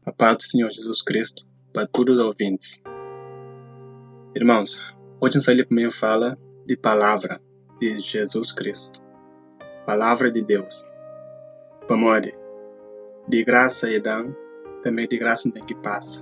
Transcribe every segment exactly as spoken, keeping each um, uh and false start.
A paz do Senhor Jesus Cristo para todos os ouvintes. Irmãos, hoje nós também fala de palavra de Jesus Cristo. Palavra de Deus. Amor, de graça e dão, também de graça tem que passa.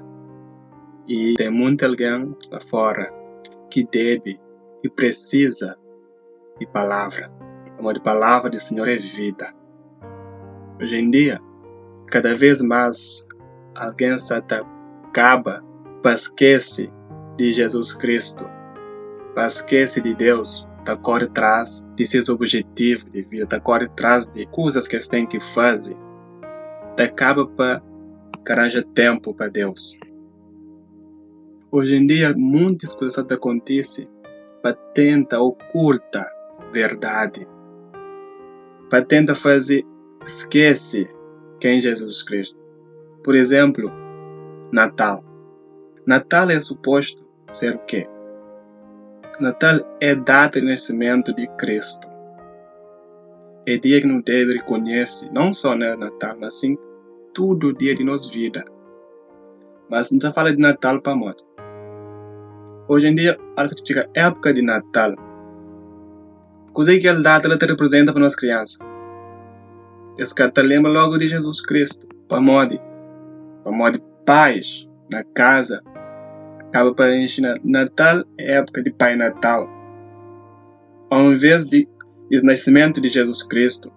E tem muito alguém lá fora que deve e precisa de palavra. Amor, de palavra do Senhor é vida. Hoje em dia, cada vez mais alguém se acaba para esquecer de Jesus Cristo, para esquecer de Deus, está corre atrás de seus objetivos de vida, está corre atrás de coisas que tem que fazer, tá acaba para arranjar tempo para Deus. Hoje em dia, muitas coisas acontecem para tentar ocultar verdade, para tentar fazer esquecer quem é Jesus Cristo. Por exemplo, Natal. Natal é suposto ser o quê? Natal é data de nascimento de Cristo. É dia que nos deve reconhecer, não só no Natal, mas sim todo dia de nossa vida. Mas não se fala de Natal para morte. Hoje em dia, a época de Natal, coisa que aquela data ela te representa para nós crianças. Esse cara lembra logo de Jesus Cristo, para morte. Para de paz na casa, acaba para ensinar. Natal é época de Pai Natal. Ao invés de o nascimento de Jesus Cristo,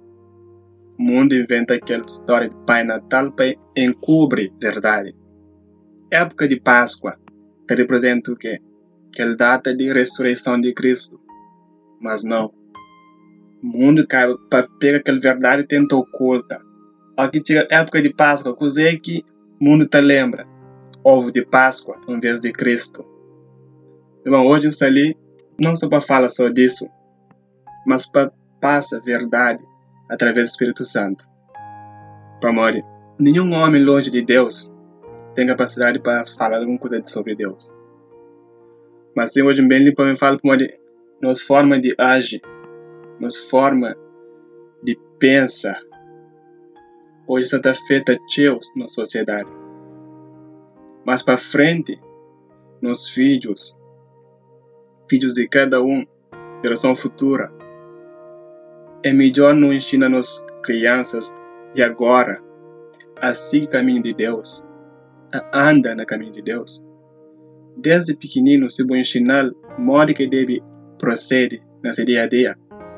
o mundo inventa aquela história de Pai Natal para encobrir verdade. Época de Páscoa, que representa o quê? Aquela data de ressurreição de Cristo. Mas não. O mundo acaba para pegar aquela verdade e tenta ocultar. Aqui chega a época de Páscoa, coisa é que o mundo te lembra. Ovo de Páscoa, em vez de Cristo. Irmão, hoje está ali, não só para falar só disso, mas para passar a verdade através do Espírito Santo. Para amor, nenhum homem longe de Deus tem capacidade para falar alguma coisa sobre Deus. Mas sim, hoje bem, para mim fala como de nossa forma de agir, nossa forma de pensar, hoje está feita tios na sociedade. Mas para frente, nos filhos, filhos de cada um, geração futura, é melhor não ensinar nas crianças de agora a seguir o caminho de Deus, a andar no caminho de Deus. Desde pequenino, se vão ensinar o modo que deve proceder nesse dia a dia.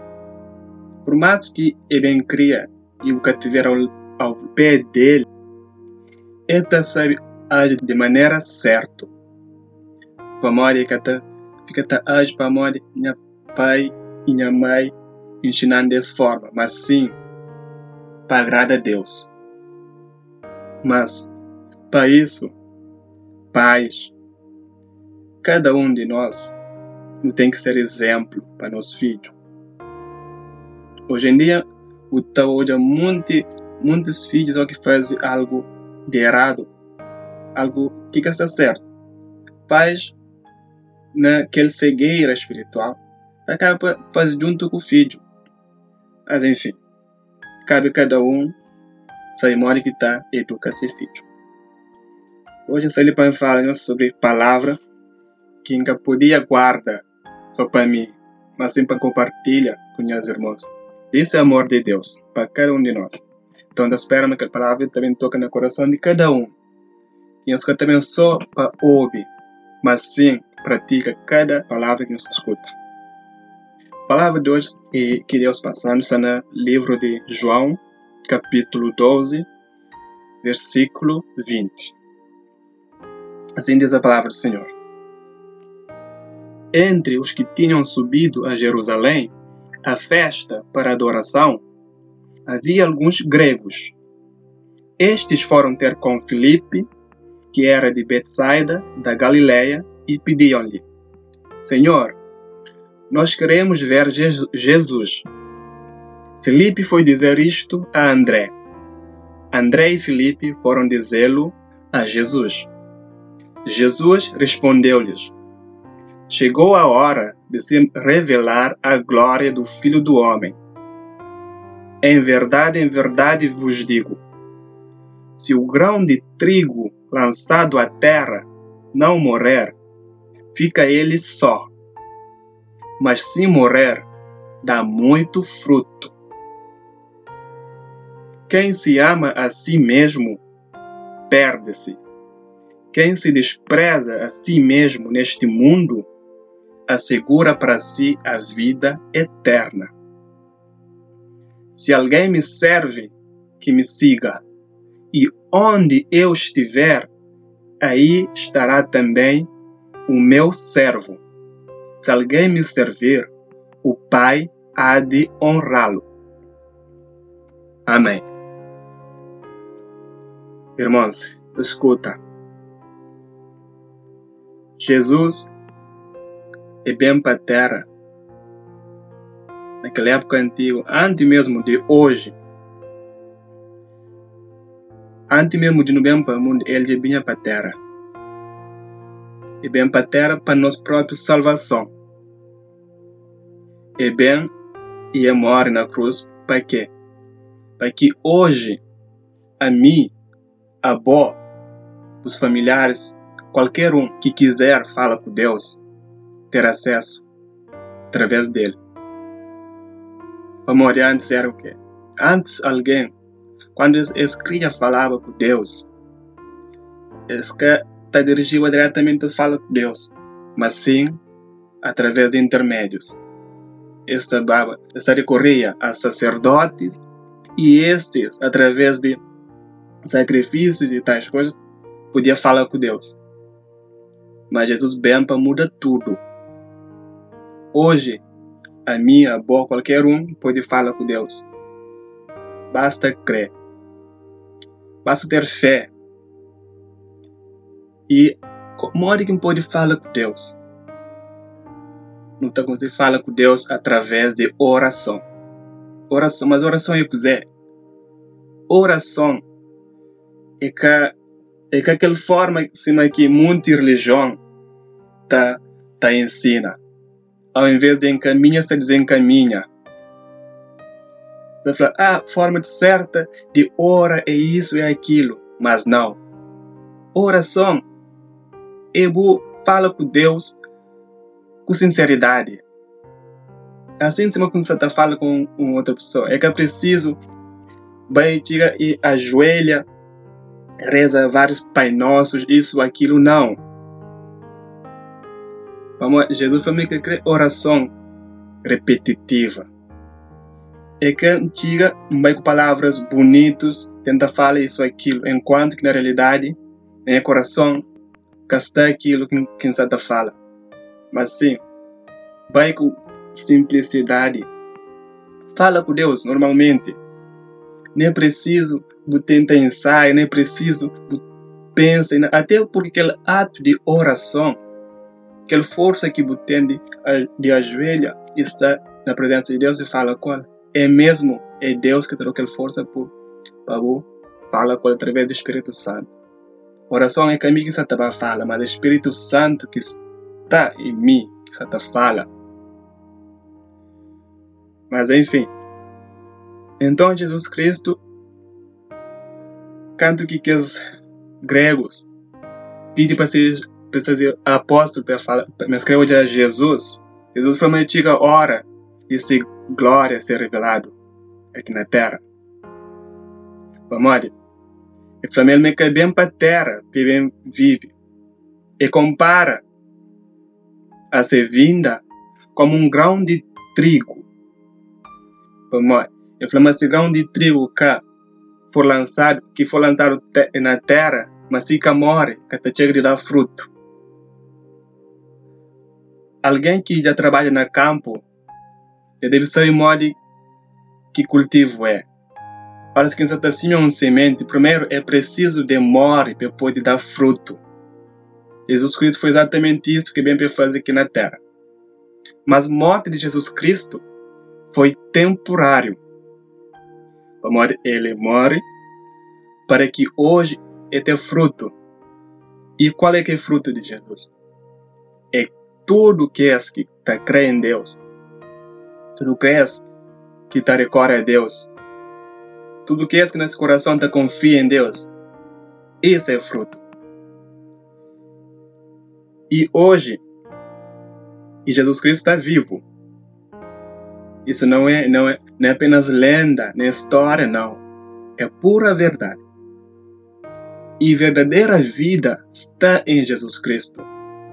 Por mais que ele bem cria e o cativeiro ao ao pé dele, ele sabe agir de maneira certa. Para morrer, que fica a agir para morrer, minha pai e minha mãe ensinando dessa forma, mas sim para agradar a Deus. Mas para isso, pais, cada um de nós não tem que ser exemplo para nossos filhos. Hoje em dia, o tal hoje é muito Muitos filhos só que fazem algo de errado, algo que está certo. Pais, naquela cegueira espiritual, acaba fazendo junto com o filho. Mas enfim, cabe a cada um saber modo que está educar seu filho. Hoje eu saí para falar sobre palavra que nunca podia guardar só para mim, mas sim para compartilhar com meus irmãos. Isso é o amor de Deus para cada um de nós. Então, esperando que a palavra também toque no coração de cada um. E nós também só para ouvir, mas sim pratica cada palavra que nos escuta. A palavra de hoje é que Deus passando está no livro de João, capítulo doze, versículo vinte. Assim diz a palavra do Senhor. Entre os que tinham subido a Jerusalém, a festa para adoração, havia alguns gregos. Estes foram ter com Filipe, que era de Betsaida, da Galileia, e pediam-lhe: Senhor, nós queremos ver Jesus. Filipe foi dizer isto a André. André e Filipe foram dizê-lo a Jesus. Jesus respondeu-lhes: Chegou a hora de se revelar a glória do Filho do Homem. Em verdade, em verdade vos digo, se o grão de trigo lançado à terra não morrer, fica ele só. Mas se morrer, dá muito fruto. Quem se ama a si mesmo, perde-se. Quem se despreza a si mesmo neste mundo, assegura para si a vida eterna. Se alguém me serve, que me siga, e onde eu estiver, aí estará também o meu servo. Se alguém me servir, o Pai há de honrá-lo. Amém. Irmãos, escuta. Jesus é bem para a terra. Naquela época antiga, antes mesmo de hoje, antes mesmo de não bem para o mundo, ele já vinha para a terra. E bem para a terra para nossa própria salvação. E bem, e ele morre na cruz para quê? Para que hoje, a mim, a avó, os familiares, qualquer um que quiser falar com Deus, ter acesso através dele. Vamos olhar antes era o quê? Antes alguém, quando eles queriam falar com Deus, eles está dirigido diretamente a falar com Deus, mas sim através de intermédios. Esta baba, esta recorria a sacerdotes e estes, através de sacrifícios e tais coisas, podia falar com Deus. Mas Jesus bem para mudar tudo. Hoje, a minha avó, qualquer um pode falar com Deus. Basta crer. Basta ter fé. E como é que pode falar com Deus? Não está conseguindo falar com Deus através de oração. Oração, mas oração é o que quiser. Oração é que é que aquela forma que muita religião tá tá ensina. Ao invés de encaminhar, se desencaminha. Você fala, ah, forma certa de ora é isso, é aquilo. Mas não. Oração é fala com Deus com sinceridade. Assim como você está falando com uma outra pessoa, é que é preciso vai tirar e ajoelha, reza vários Pai Nossos, isso, aquilo, não. Vamos, Jesus falou que é oração repetitiva. É que tira vai com palavras bonitas, tenta falar isso, aquilo, enquanto que na realidade, em coração, que está aquilo que quem está fala. Mas sim, vai com simplicidade. Fala com Deus normalmente. Nem é preciso tentar ensaiar, nem é preciso pensar, até porque aquele ato de oração, aquela força que você tem de, de ajoelha e está na presença de Deus e fala com ele. É mesmo, é Deus que dá aquela força para você falar com ele através do Espírito Santo. Oração é caminho que você está fala, mas é o Espírito Santo que está em mim, que você está fala. Mas enfim. Então Jesus Cristo, canto que os gregos pede para ser, para ser apóstolo, para falar, para escrever a Jesus. Jesus foi uma antiga hora de se glória ser revelado aqui na terra. Vamos ver. E família me cai bem para a terra, que bem vive. E compara a ser vinda como um grão de trigo. Vamos ver. E falamos esse grão de trigo que foi lançado, que foi lançado na terra, mas fica morre, que está chega de dar fruto. Alguém que já trabalha no campo, já deve saber o modo que cultivo é. Para que você está assim uma semente, primeiro é preciso de morre para poder dar fruto. Jesus Cristo foi exatamente isso que bem para fazer aqui na terra. Mas a morte de Jesus Cristo foi temporário. Ele morre para que hoje ele tenha fruto. E qual é que é o fruto de Jesus? É tudo que é que está crê em Deus. Tudo que é que está recorre a Deus. Tudo que é que nesse coração está confia em Deus. Esse é o fruto. E hoje, e Jesus Cristo está vivo. Isso não é, não é, não é apenas lenda, nem história, não. É pura verdade. E verdadeira vida está em Jesus Cristo.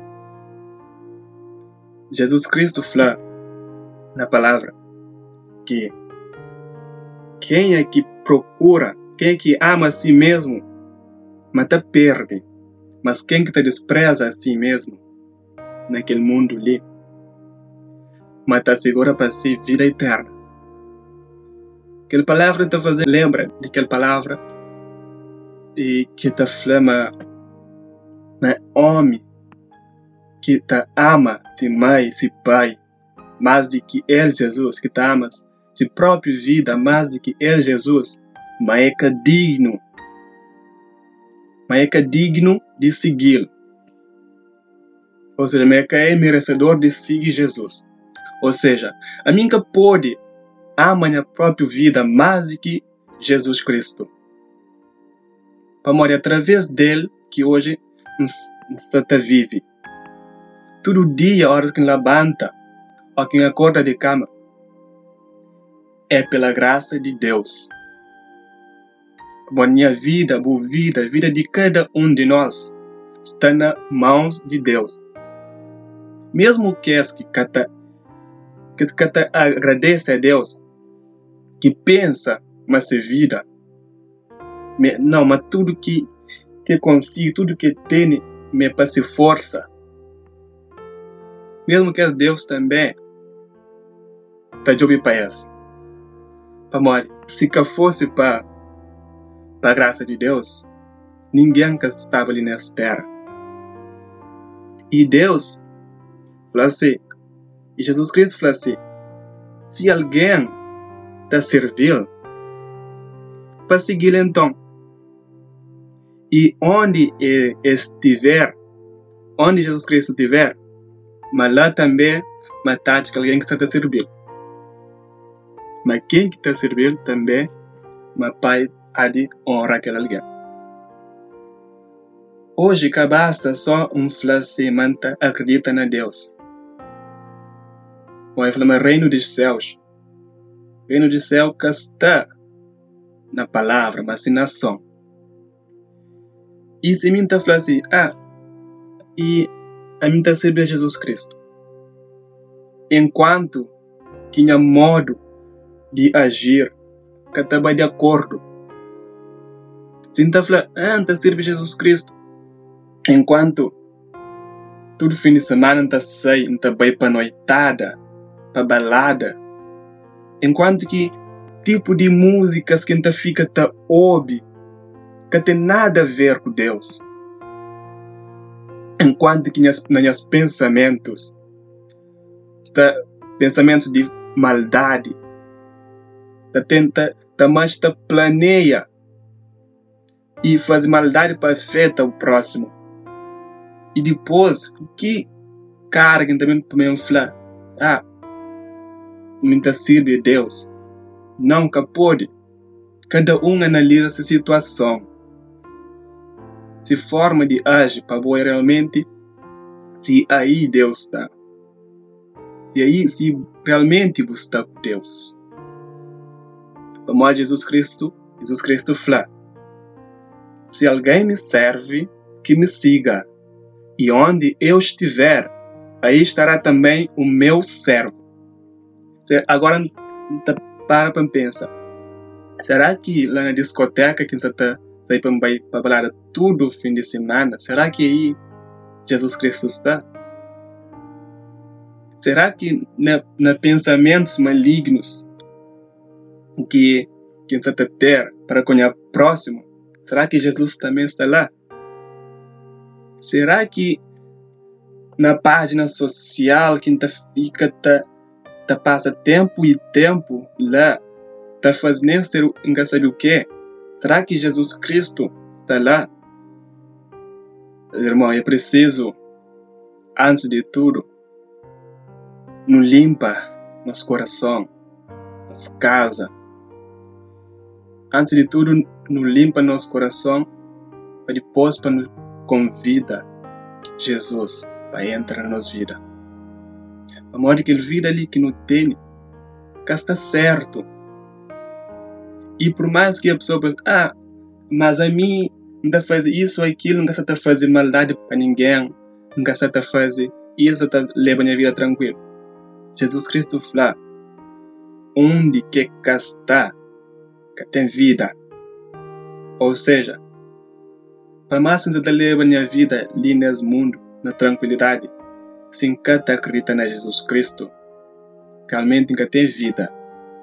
Jesus Cristo fala na palavra que quem é que procura, quem é que ama a si mesmo, mas tá perde. Mas quem que te despreza a si mesmo, naquele mundo ali, mas tá segura para si vida eterna. Aquela palavra te faz lembra daquela palavra e que te flama na homem que te ama se mãe, se pai, mais do que ele Jesus, que te ama se própria vida mais do que ele Jesus, mas é que digno, mas é que digno de segui-lo. Ou seja, mas é que é merecedor de seguir Jesus. Ou seja, a mim que pode amar a própria vida mais do que Jesus Cristo. Para morrer através dele que hoje você vive. Todo dia, a hora que levanta, ou que acorda de cama, é pela graça de Deus. A minha vida, a boa vida, a vida de cada um de nós está nas mãos de Deus. Mesmo que es que cata, que cata agradece a Deus, que pensa mas se vida, não, mas tudo que que consigo, tudo que tem, me passa força. Mesmo que Deus também está jovem para isso. Amor, se que fosse para a graça de Deus, ninguém que estava ali nessa terra. E Deus falou assim, e Jesus Cristo falou assim, se alguém está servindo, para seguir então. E onde estiver, onde Jesus Cristo estiver, mas lá também matar alguém que está servindo. Mas quem que está servindo também, mas pai há de honrar aquele alguém. Hoje, que basta só um flascimento acredita na Deus. Ou fala, mas reino dos céus. Reino dos céus que está na palavra, mas na ação. E se mim está falando assim, ah, e a mim está servindo a Jesus Cristo. Enquanto tinha modo de agir, que estava de acordo. Se está falando, ah, está servindo a Jesus Cristo. Enquanto todo fim de semana está sai, está vai para noitada, para balada. Enquanto que tipo de músicas que está fica tá ouve, que tem nada a ver com Deus. Enquanto que nas, nas pensamentos está pensamentos de maldade, tá tenta, tá mais tá planeia e faz maldade para afetar o próximo. E depois que cara que também também fala, ah, me tá sirve a Deus. Nunca pode. Cada um analisa essa situação. Se forma de agir para boa realmente, se aí Deus está. E aí se realmente você está com Deus. Como Jesus Cristo, Jesus Cristo fala, se alguém me serve, que me siga. E onde eu estiver, aí estará também o meu servo. Agora, para para pensar. Será que lá na discoteca que você está sai para falar tudo fim de semana, será que aí Jesus Cristo está? Será que na, na pensamentos malignos que que você está ter para conhecer próximo, será que Jesus também está lá? Será que na página social que fica tá, tá passa tempo e tempo lá, tá fazendo ser nunca sabe o que? Será que Jesus Cristo está lá? Irmão, é preciso, antes de tudo, nos limpa nosso coração, nossa casa. Antes de tudo, nos limpa nosso coração, para depois para nos convida Jesus para entrar na nossa vida. A modo que ele vida ali que não tem, que está certo. E por mais que a pessoa pense, ah, mas a mim não está fazendo isso ou aquilo, não está fazendo maldade para ninguém, não está fazendo isso, está levando a minha vida tranquilo. Jesus Cristo fala, onde que está, que tem vida. Ou seja, para mais que você leva a minha vida ali nesse mundo, na tranquilidade, se você acredita em Jesus Cristo, realmente que tem vida.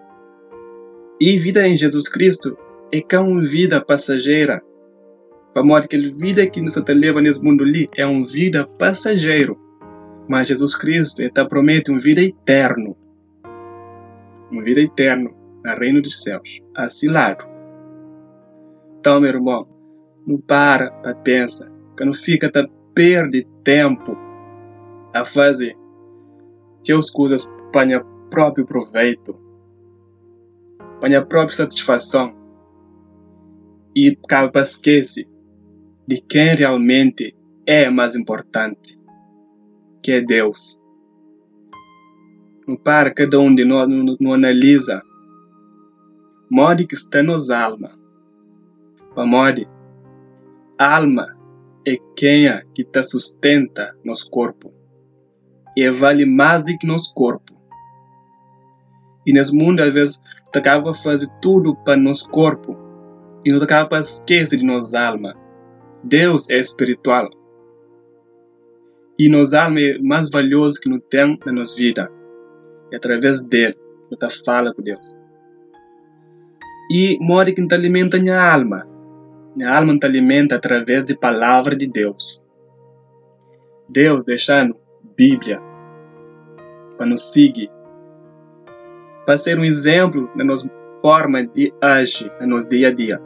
E vida em Jesus Cristo é que é uma vida passageira. Para modo que a vida que você leva nesse mundo ali é uma vida passageira. Mas Jesus Cristo está promete uma vida eterna. Uma vida eterna no reino dos céus, assilado. Então, meu irmão, não para para pensar, que não fica a perder tempo a fazer as coisas para o próprio proveito, para a própria satisfação, e acaba esquece de quem realmente é mais importante, que é Deus. Não para cada um de nós não, não analisa modo que está nos alma, para modo a alma é quem é que te sustenta nosso corpo e vale mais do que nosso corpo. E nesse mundo às vezes tu acaba fazer tudo para nosso corpo e não acaba esquecer de nossa alma. Deus é espiritual e nossa alma é mais valioso que não tem na nossa vida. E através dele você fala com Deus. E modo que não te alimenta minha alma. Minha alma não te alimenta através da palavra de Deus. Deus deixando Bíblia para nos seguir, para ser um exemplo na nossa forma de agir no nosso dia a dia.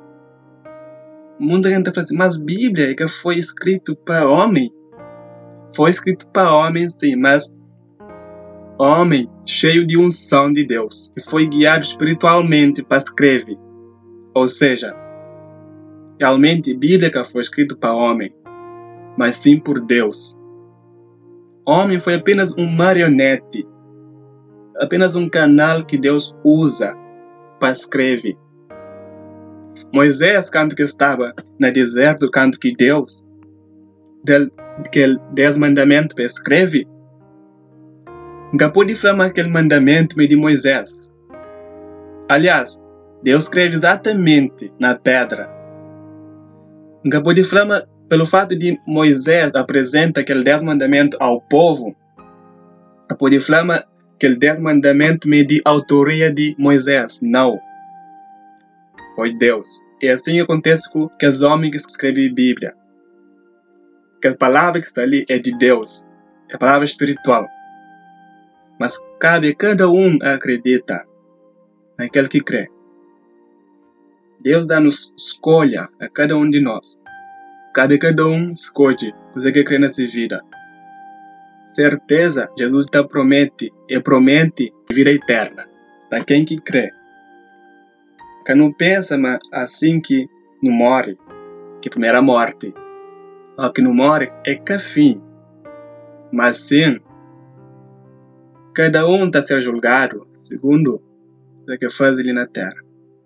Muita gente fala assim, mas Bíblia é que foi escrito para homem. Foi escrito para homem sim, mas homem cheio de unção de Deus, que foi guiado espiritualmente para escrever. Ou seja, realmente, a Bíblia foi escrita para homem, mas sim por Deus. Homem foi apenas um marionete, apenas um canal que Deus usa para escrever. Moisés, quando que estava no deserto, quando que Deus deu aquele dez mandamentos para escrever, nunca pôde falar aquele mandamento de Moisés. Aliás, Deus escreve exatamente na pedra. Nunca pode falar pelo fato de Moisés apresentar aquele dez mandamentos ao povo. Não pode falar que aquele dez mandamentos é de autoria de Moisés. Não. Foi Deus. E assim acontece com os homens que escrevem a Bíblia. Que a palavra que está ali é de Deus. É a palavra espiritual. Mas cabe a cada um acreditar naquele que crê. Deus dá-nos escolha a cada um de nós. Cabe a cada um escolhe você que crê nessa vida. Certeza, Jesus te promete e promete vida eterna para quem que crê. Que não pensa mas assim que não morre, que primeira morte. Ou que não morre é que fim. Mas sim, cada um está a ser julgado segundo o que faz ali na terra.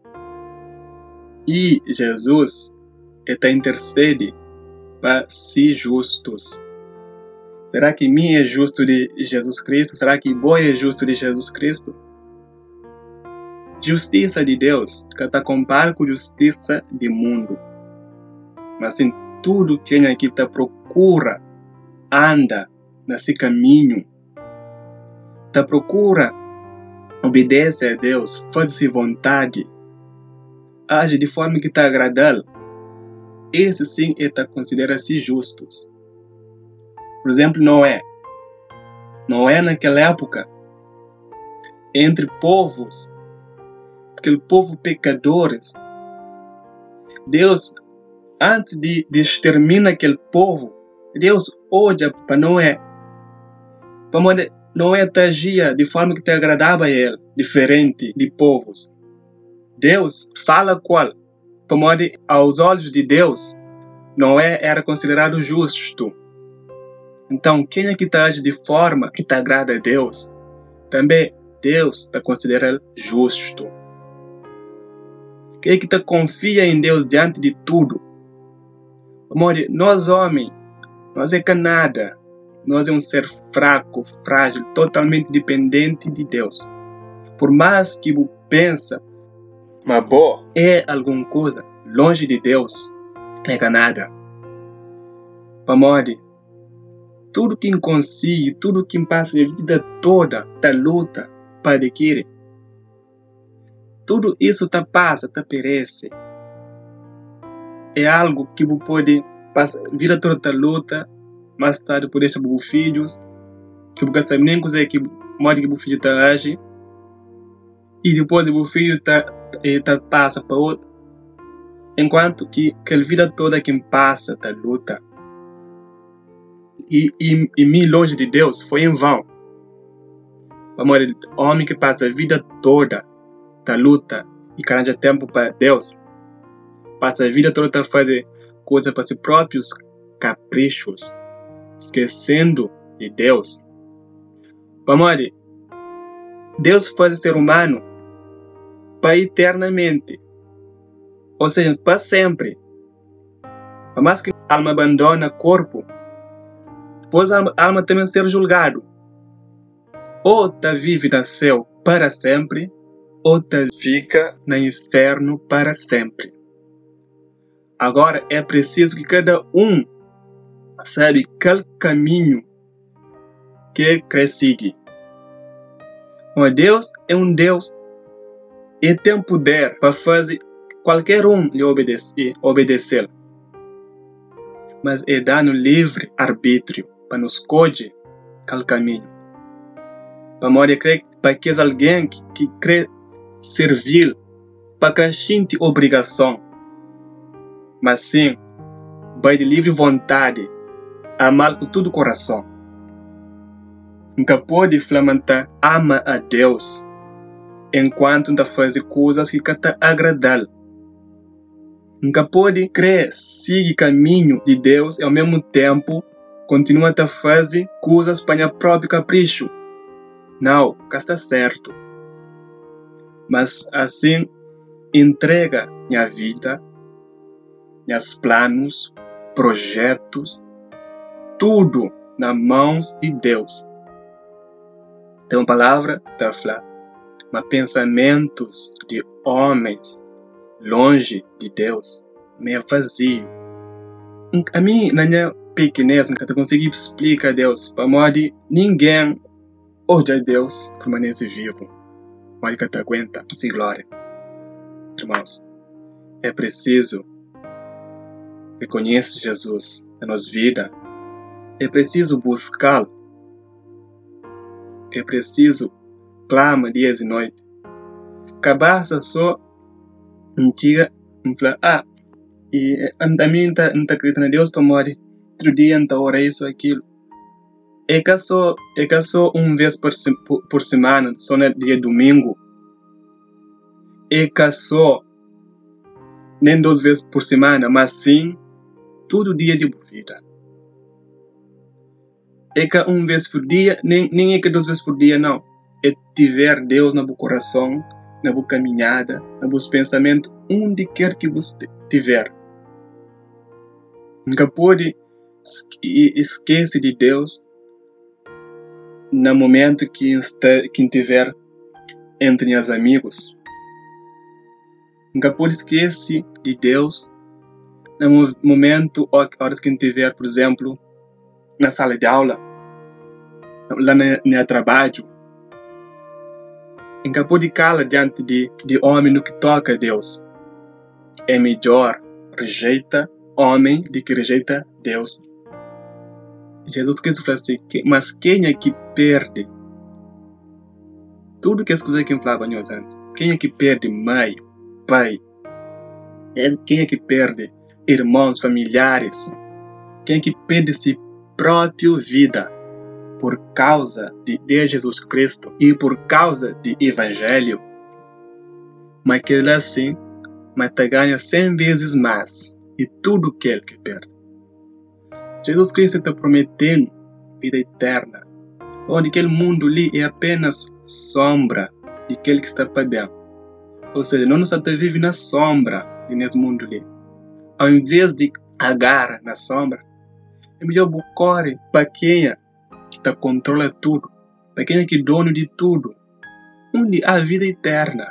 E Jesus está intercede para ser justos. Será que mim é justo de Jesus Cristo? Será que boi é justo de Jesus Cristo? Justiça de Deus que está comparada com justiça do mundo. Mas em tudo quem aqui está procura, anda nesse caminho, está procura, obedece a Deus, faz-se vontade, age de forma que está agradável, esse sim está considera-se justos. Por exemplo, Noé. Noé naquela época, entre povos, aquele povo pecadores, Deus, antes de, de exterminar aquele povo, Deus olha para Noé. Para Noé agia de forma que te agradava a ele, diferente de povos. Deus fala qual? Para aos olhos de Deus, Noé era considerado justo. Então, quem é que está agindo de forma que te agrada a Deus, também Deus te considera justo. Quem é que te confia em Deus diante de tudo? Amor, nós homens, nós é que nada. Nós é um ser fraco, frágil, totalmente dependente de Deus. Por mais que você pensa, mas bom, é alguma coisa longe de Deus, é que nada. Amor, tudo que consegue, tudo que passa a vida toda, da luta para adquirir, tudo isso tá passa, tá perece. É algo que você pode passar a vida toda da luta, mais tarde poder ter filhos, que você sabe nem coisa que modo que o filho tá age, e depois o filho tá, tá passa para outro, enquanto que aquela vida toda que passa da luta e, e, e me longe de Deus foi em vão. Amor, homem que passa a vida toda da luta e que arranja tempo para Deus, passa a vida toda a fazer coisas para seus próprios caprichos, esquecendo de Deus. Amor, Deus faz o ser humano para eternamente, ou seja, para sempre. Por mais que a alma abandone o corpo, depois a alma também ser julgado. Ou tá vive no céu para sempre, ou tá fica no inferno para sempre. Agora é preciso que cada um sabe qual caminho que quer seguir. Mas Deus é um Deus e tem poder para fazer qualquer um lhe obedecer, obedecer. Mas é dando livre arbítrio para nos escolher qual caminho. Para crer para que alguém que, que quer servir para crescente obrigação, mas sim vai de livre vontade amar com todo o coração. Nunca pode flamentar ama a Deus enquanto não faz coisas que te agradam. Nunca pode crer seguir caminho de Deus e ao mesmo tempo continua a fazer coisas para o próprio capricho. Não, cá está certo. Mas assim entrega minha vida, meus planos, projetos, tudo nas mãos de Deus. Tem uma palavra da Flá, mas pensamentos de homens longe de Deus me é vazio. A mim, na minha pequenez, nunca consegui explicar a Deus, para modo de ninguém hoje a Deus permanece vivo, mas que te aguenta sem glória. Irmãos, é preciso reconhecer Jesus na nossa vida, é preciso buscá-lo, é preciso clamar dias e noites. Cabeça só antiga, ah, e a mim não está acreditando em Deus para morrer, outro dia não está orando isso aquilo. É que só, é que só uma vez por, por, por semana, só no dia domingo. É que só, nem duas vezes por semana, mas sim, todo dia de vida. É que uma vez por dia, nem, nem é que duas vezes por dia, não. É tiver Deus no coração, na boa caminhada, no bom pensamento, onde quer que você tiver. Nunca pode esquecer de Deus no momento que está, que estiver entre os amigos. Nunca pode esquecer de Deus no momento, horas que estiver, por exemplo, na sala de aula, lá no, no trabalho. Nunca pode calar diante de, de homem no que toca a Deus. É melhor rejeita homem do que rejeita Deus. Jesus Cristo falou assim, mas quem é que perde? Tudo que as coisas que falava antes. Quem é que perde mãe, pai? Quem é que perde irmãos, familiares? Quem é que perde si própria vida por causa de, de Jesus Cristo e por causa do Evangelho? Mas que ele assim, mas te ganha cem vezes mais de tudo aquele que perde. Jesus Cristo está prometendo vida eterna, onde aquele mundo ali é apenas sombra de aquele que está para dentro. Ou seja, não nos vive na sombra nesse mundo ali. Ao invés de agarrar na sombra, é melhor correr para quem que está controla tudo, para quem é que é dono de tudo, onde há vida eterna.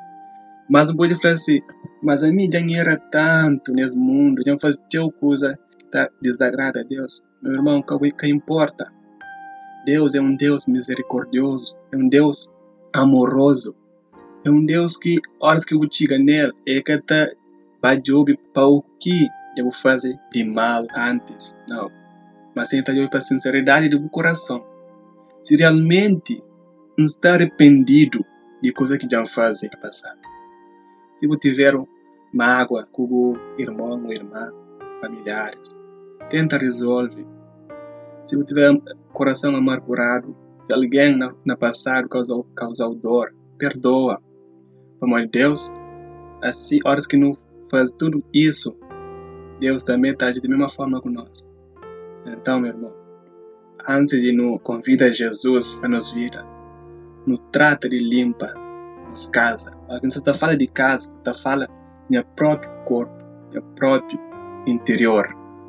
Mas não pode falar assim, mas a mim já não era tanto nesse mundo, já faz tal coisa que tá desagrada a Deus. Meu irmão, o que importa? Deus é um Deus misericordioso, é um Deus amoroso, é um Deus que, horas que eu chego nele, é que está bajobi para o que eu vou fazer de mal antes. Não, mas sim está para a sinceridade do coração. Se realmente não está arrependido de coisas que já fazem passar. Se você tiver mágoa com o irmão ou irmã, familiares, tenta resolver. Se você tiver coração amargurado, se alguém na, na passado causou, causou dor, perdoa. Pelo amor de Deus, assim, horas que não faz tudo isso, Deus também está agindo da mesma forma com nós. Então, meu irmão, antes de nos convidar Jesus a nos vida, nos trata de limpa, nos casa. Quando você está falando de casa, você está falando do seu próprio corpo, do seu próprio interior.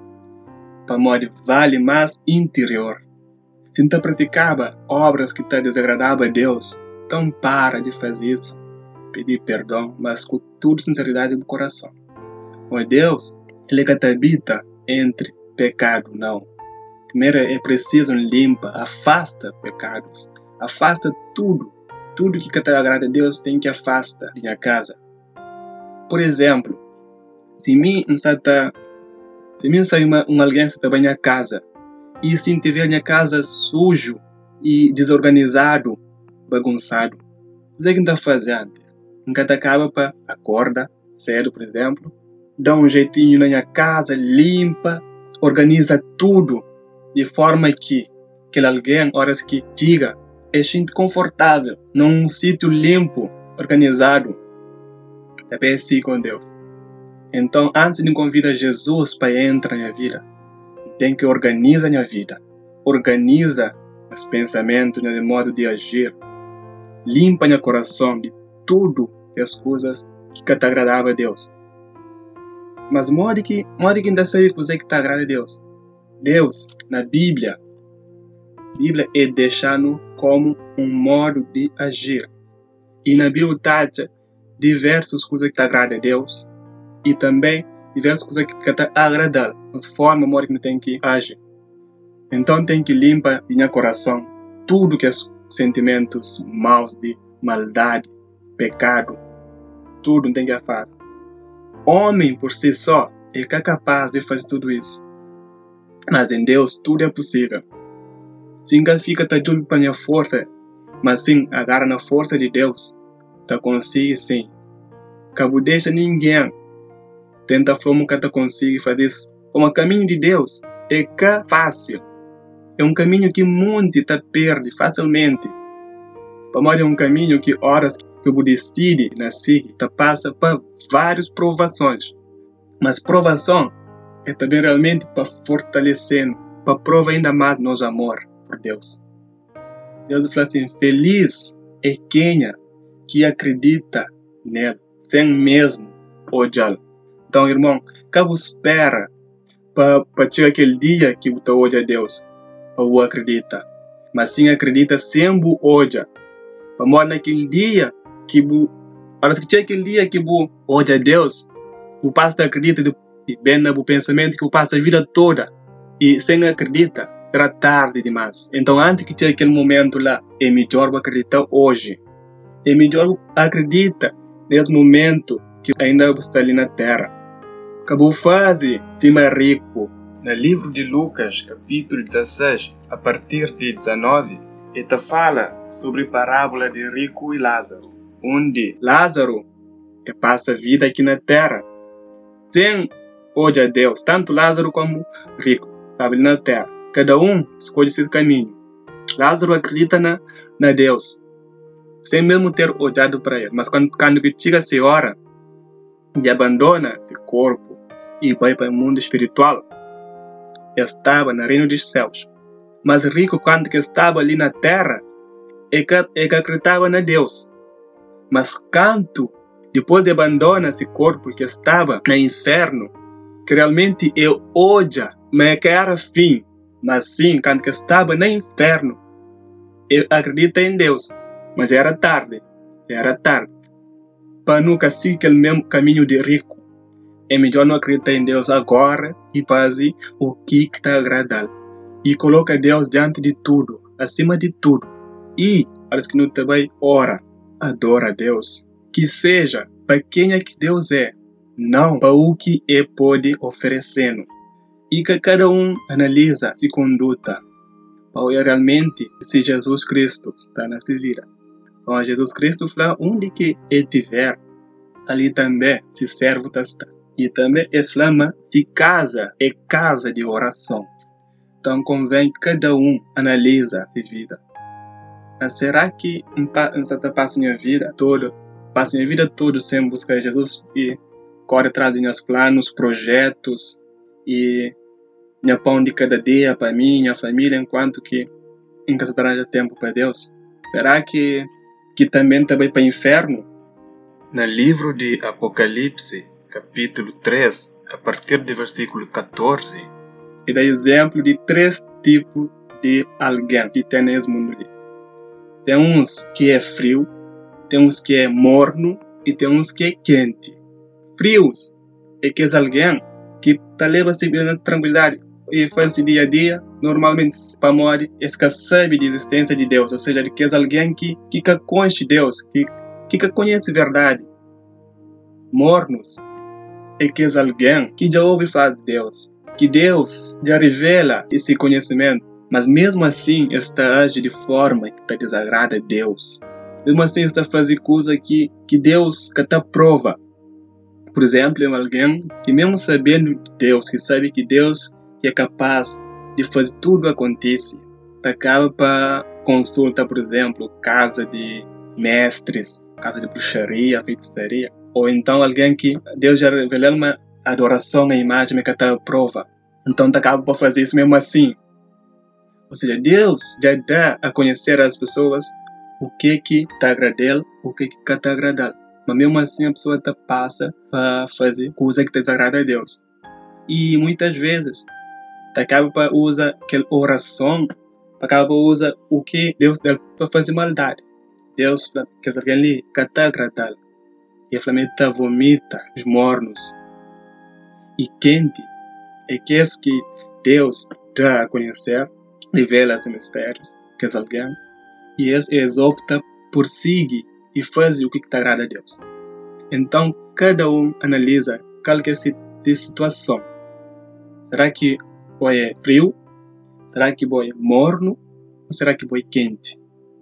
Para morrer vale mais interior. Se não praticava obras que estão desagradáveis a Deus, então para de fazer isso, pedir perdão, mas com toda sinceridade do coração. Mas Deus, Ele que habita entre pecado, não. Primeiro é preciso limpa, afasta pecados, afasta tudo, tudo que te agrada a Deus tem que afasta de minha casa. Por exemplo, se mim não está Se mim sai uma, um alguém que está na minha casa e se tiver minha casa sujo e desorganizado, bagunçado, o que está fazendo? Nunca acaba para acorda cedo, por exemplo, dá um jeitinho na minha casa, limpa, organiza tudo de forma que aquele alguém, horas que diga, é gente confortável, num sítio limpo, organizado, é assim com Deus. Então, antes de convidar Jesus para entrar na minha vida, tem que organizar a minha vida. Organiza os pensamentos, o modo de agir. Limpa meu coração de tudo as coisas que te agradavam a Deus. Mas modo que, modo que ainda sabe coisa que te agrada a Deus. Deus, na Bíblia, a Bíblia é deixando como um modo de agir. E na Bíblia está diversas coisas que te agradam a Deus. E também diversas coisas que te agradam, a forma como que tem que agir. Então tem que limpar o meu coração tudo que é sentimentos maus de maldade, pecado, tudo tem que fazer. Homem por si só é capaz de fazer tudo isso, mas em Deus tudo é possível. Se não fica tá junto para minha força, mas sim agarra na força de Deus, tá consigo sim. Cabo deixa ninguém tenta forma que tu consiga fazer isso. Como o caminho de Deus é que fácil. É um caminho que muito te perde facilmente. Para é um caminho que horas que o decide nascer, te passa por várias provações. Mas provação é também realmente para fortalecer, para provar ainda mais nosso amor por Deus. Deus fala assim, feliz é quem que acredita nele, sem mesmo odiá-lo. Então, irmão, cabo espera para chegar aquele dia que você odia a Deus, para você acredita. Mas sim acredita sempre odia. Para morrer naquele dia que você, para que chega aquele dia que você odia a Deus, você passa a acreditar bem no pensamento que você passa a vida toda. E sem acreditar, será tarde demais. Então, antes que chegue aquele momento lá, é melhor você acreditar hoje. É melhor acreditar nesse momento que ainda está ali na terra. Acabou fase cima rico. No livro de Lucas, capítulo dezesseis, a partir de dezenove, ele fala sobre a parábola de rico e Lázaro, onde Lázaro que passa a vida aqui na terra sem odiar a Deus, tanto Lázaro como rico, sabe, na terra. Cada um escolhe seu caminho. Lázaro acredita na, na Deus, sem mesmo ter odiado para ele. Mas quando, quando chega essa hora, de abandona esse corpo, e vai para o mundo espiritual, estava no reino dos céus. Mas rico, quando que estava ali na terra, é que, é que acreditava na Deus. Mas quando, depois de abandonar esse corpo que estava no inferno, que realmente é hoje, mas que era fim, mas sim, quando que estava no inferno, ele acredita em Deus, mas já era tarde, já era tarde. Para nunca seguir aquele mesmo caminho de rico, é melhor não acreditar em Deus agora e fazer o que está agradando. E coloca Deus diante de tudo, acima de tudo. E, parece que não também ora, adora a Deus. Que seja para quem é que Deus é, não para o que Ele pode oferecendo. E que cada um analisa se conduta para ver realmente se Jesus Cristo está nessa vida. Então, Jesus Cristo fala onde que Ele estiver, ali também se servo está. E também Ele flama se casa é casa de oração. Então convém que cada um analisa a vida. Mas será que eu está passando minha vida toda, passo minha vida toda sem buscar Jesus e corre atrás de meus planos, projetos e minha pão de cada dia para mim, minha família, enquanto que nunca se arranja tempo para Deus? Será que que também também para o inferno? No livro de Apocalipse, capítulo três, a partir do versículo catorze, e dá exemplo de três tipos de alguém que tem nesse mundo. Tem uns que é frio, tem uns que é morno e tem uns que é quente. Frios é que é alguém que tá leva a vida nessa tranquilidade e faz dia a dia, normalmente para morrer, é que sabe da existência de Deus, ou seja, que é alguém que que conhece Deus, que que conhece a verdade. Mornos é que é alguém que já ouve falar de Deus, que Deus já revela esse conhecimento, mas mesmo assim está age de forma que está desagrada a Deus. Mesmo assim está fazendo coisa que, que Deus que está prova. Por exemplo, é alguém que mesmo sabendo de Deus, que sabe que Deus é capaz de fazer tudo acontecer, acaba para consulta, por exemplo, casa de mestres, casa de bruxaria, feitiçaria, ou então alguém que Deus já revelou uma adoração à imagem que está prova. Então acaba para fazer isso mesmo assim. Ou seja, Deus já dá a conhecer às pessoas o que que está agradando, o que que está agradando. Mas mesmo assim a pessoa tá passa para fazer coisa que desagrada a Deus. E muitas vezes acaba para usar aquela oração, acaba para usar o que Deus dá para fazer maldade. Deus quer dizer ali que está agradando. E a Flamengo vomita os mornos. E quente é que é que Deus dá a conhecer, revela os mistérios, que é alguém, e eles optam por seguir e fazer o que está agrada a Deus. Então, cada um analisa qual que é a situação. Será que vai é frio? Será que vai é morno? Ou será que vai é quente?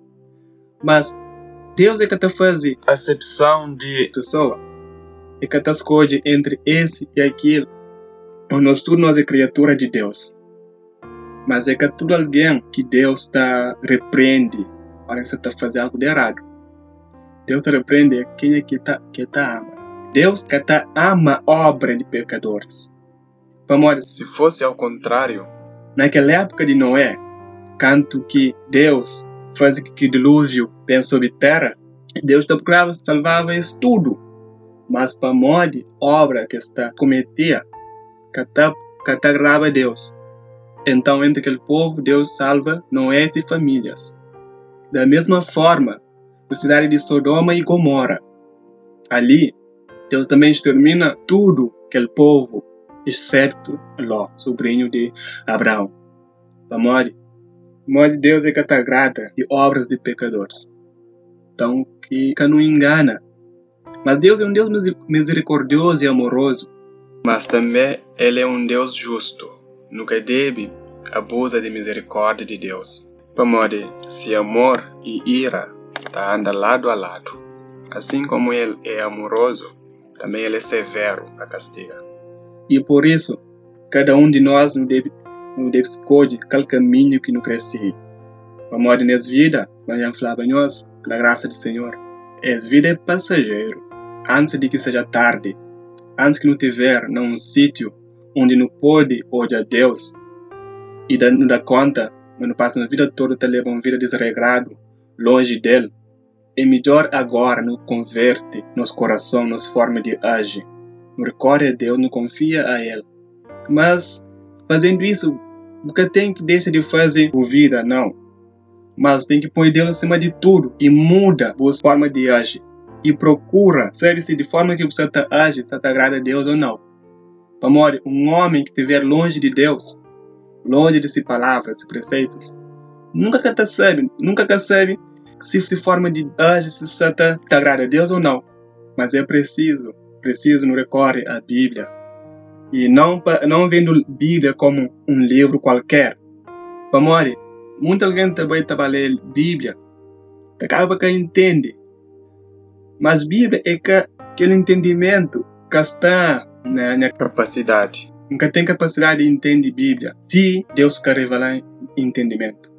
Mas Deus é que está fazendo a acepção de pessoa. É que está escolhendo entre esse e aquilo. Nós todos nós é criatura de Deus. Mas é que tudo alguém que Deus está repreende para que você está fazendo algo de errado. Deus repreende quem é que está que tá ama. Deus que tá ama a obra de pecadores. Vamos, se fosse ao contrário, naquela época de Noé, quando que Deus faz que o dilúvio venha sobre a terra, Deus procurava salvar isso tudo. Mas para morrer obra que está cometida, que está que tá grave a Deus. Então, entre aquele povo, Deus salva Noé e famílias. Da mesma forma, na cidade de Sodoma e Gomorra. Ali, Deus também extermina tudo aquele povo, exceto Ló, sobrinho de Abraão. Amor, amor, Deus é que está grata de obras de pecadores. Então, que, que não engana. Mas Deus é um Deus misericordioso e amoroso. Mas também Ele é um Deus justo. Nunca deve abusa de misericórdia de Deus. Pamode, se amor e ira tá andando lado a lado. Assim como Ele é amoroso, também Ele é severo para castigar. E por isso, cada um de nós não deve, não deve escolher qual caminho que não cresce. Pamode, nessa vida, nós falamos nós, pela graça do Senhor, essa vida é passageiro. Antes de que seja tarde, antes que não tiver num sítio onde não pode orar a Deus e não dá conta, não passa a vida toda tá levando uma vida desregrado, longe dele, é melhor agora não converte nosso coração, nossa forma de agir. Não recorre a Deus, não confia a Ele. Mas, fazendo isso, nunca tem que deixar de fazer a vida, não. Mas tem que pôr Deus acima de tudo e muda a sua forma de agir. E procura saber se de forma que você está agindo, se agrada a Deus ou não. Amor, um homem que estiver longe de Deus, longe de suas palavras, de preceitos, nunca que sabe, nunca que sabe se se forma de agir, se você está agrada a Deus ou não. Mas é preciso, preciso não recorrer à Bíblia. E não, não vendo a Bíblia como um livro qualquer. Amor, muita gente também trabalha a Bíblia, acaba que entende. Mas a Bíblia é que, aquele entendimento que está na, na capacidade. Nunca tem capacidade de entender a Bíblia se Deus quer revelar entendimento.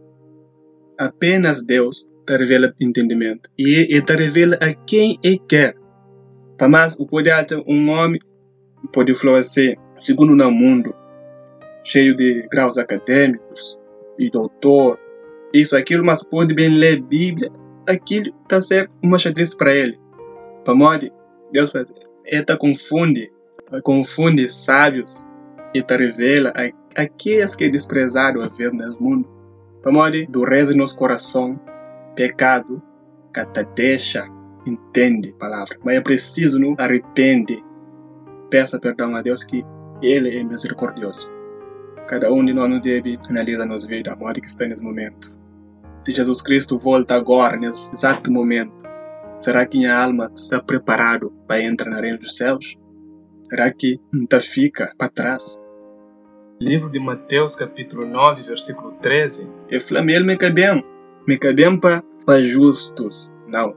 Apenas Deus te revela entendimento. E Ele te revela a quem Ele quer. Mas o poder de um homem pode florescer segundo no mundo, cheio de graus acadêmicos e doutor, isso, aquilo, mas pode bem ler a Bíblia, aquilo está sendo uma chatice para ele. Para morrer, Deus faz, ele te confunde, confunde sábios e te revela aqueles que é desprezado a ver no mundo. Para morrer, dureza nosso coração, pecado, que te deixa, entende a palavra, mas é preciso não arrepender. Peça perdão a Deus que Ele é misericordioso. Cada um de nós não deve finalizar nossa vida, a morte que está nesse momento. Se Jesus Cristo volta agora, nesse exato momento, será que minha alma está preparada para entrar na reino dos céus? Será que não fica para trás? Livro de Mateus, capítulo nove, versículo treze. E Flamengo me quer bem, me quer bem para justos, não.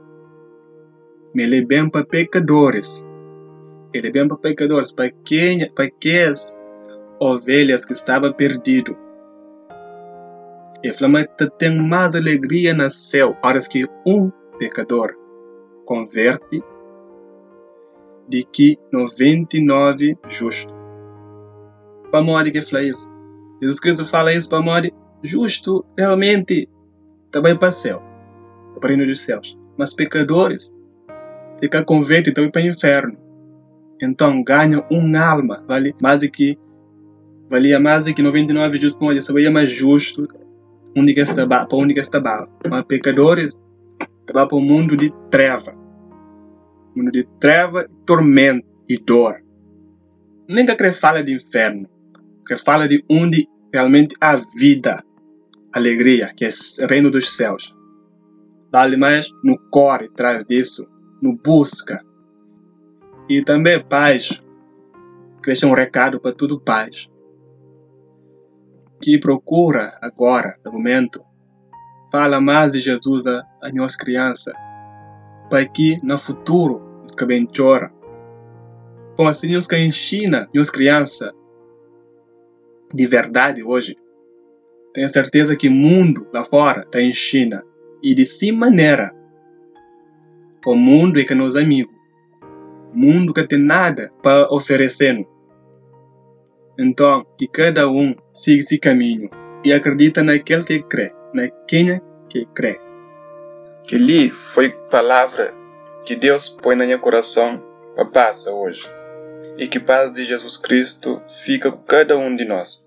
Me quer bem para pecadores. Ele é bem para pecadores, para quem, para aquelas ovelhas que estavam perdidas. E Flamengo tem mais alegria no céu, para que um pecador converte, de que noventa e nove justo. Para morrer que fala isso. Jesus Cristo fala isso para morrer justo, realmente, também para o céu, para o reino dos céus. Mas pecadores, se que converte, também para o inferno. Então ganha uma alma, vale mais do que valia mais do que noventa e nove justos, pode ser mais justo, onde que está para onde que está bala. Mas pecadores vai para o mundo de treva, mundo de treva, tormento e dor. Nem que fala de inferno, que fala de onde realmente há vida, alegria, que é o reino dos céus. Vale mais no corre atrás disso, no busca. E também pais, deixa um recado para todo pais que procura agora, no momento, fala mais de Jesus a, a nossa criança, para que no futuro que bem chora. Como assim nós que ensina nossa criança de verdade hoje, tenho certeza que o mundo lá fora está em China e de sim maneira o mundo é que é nosso amigo. Mundo que tem nada para oferecer. Então, que cada um siga esse caminho e acredita naquele que crê, naquele que crê. Que ali foi palavra que Deus põe no meu coração para passar hoje. E que a paz de Jesus Cristo fica com cada um de nós.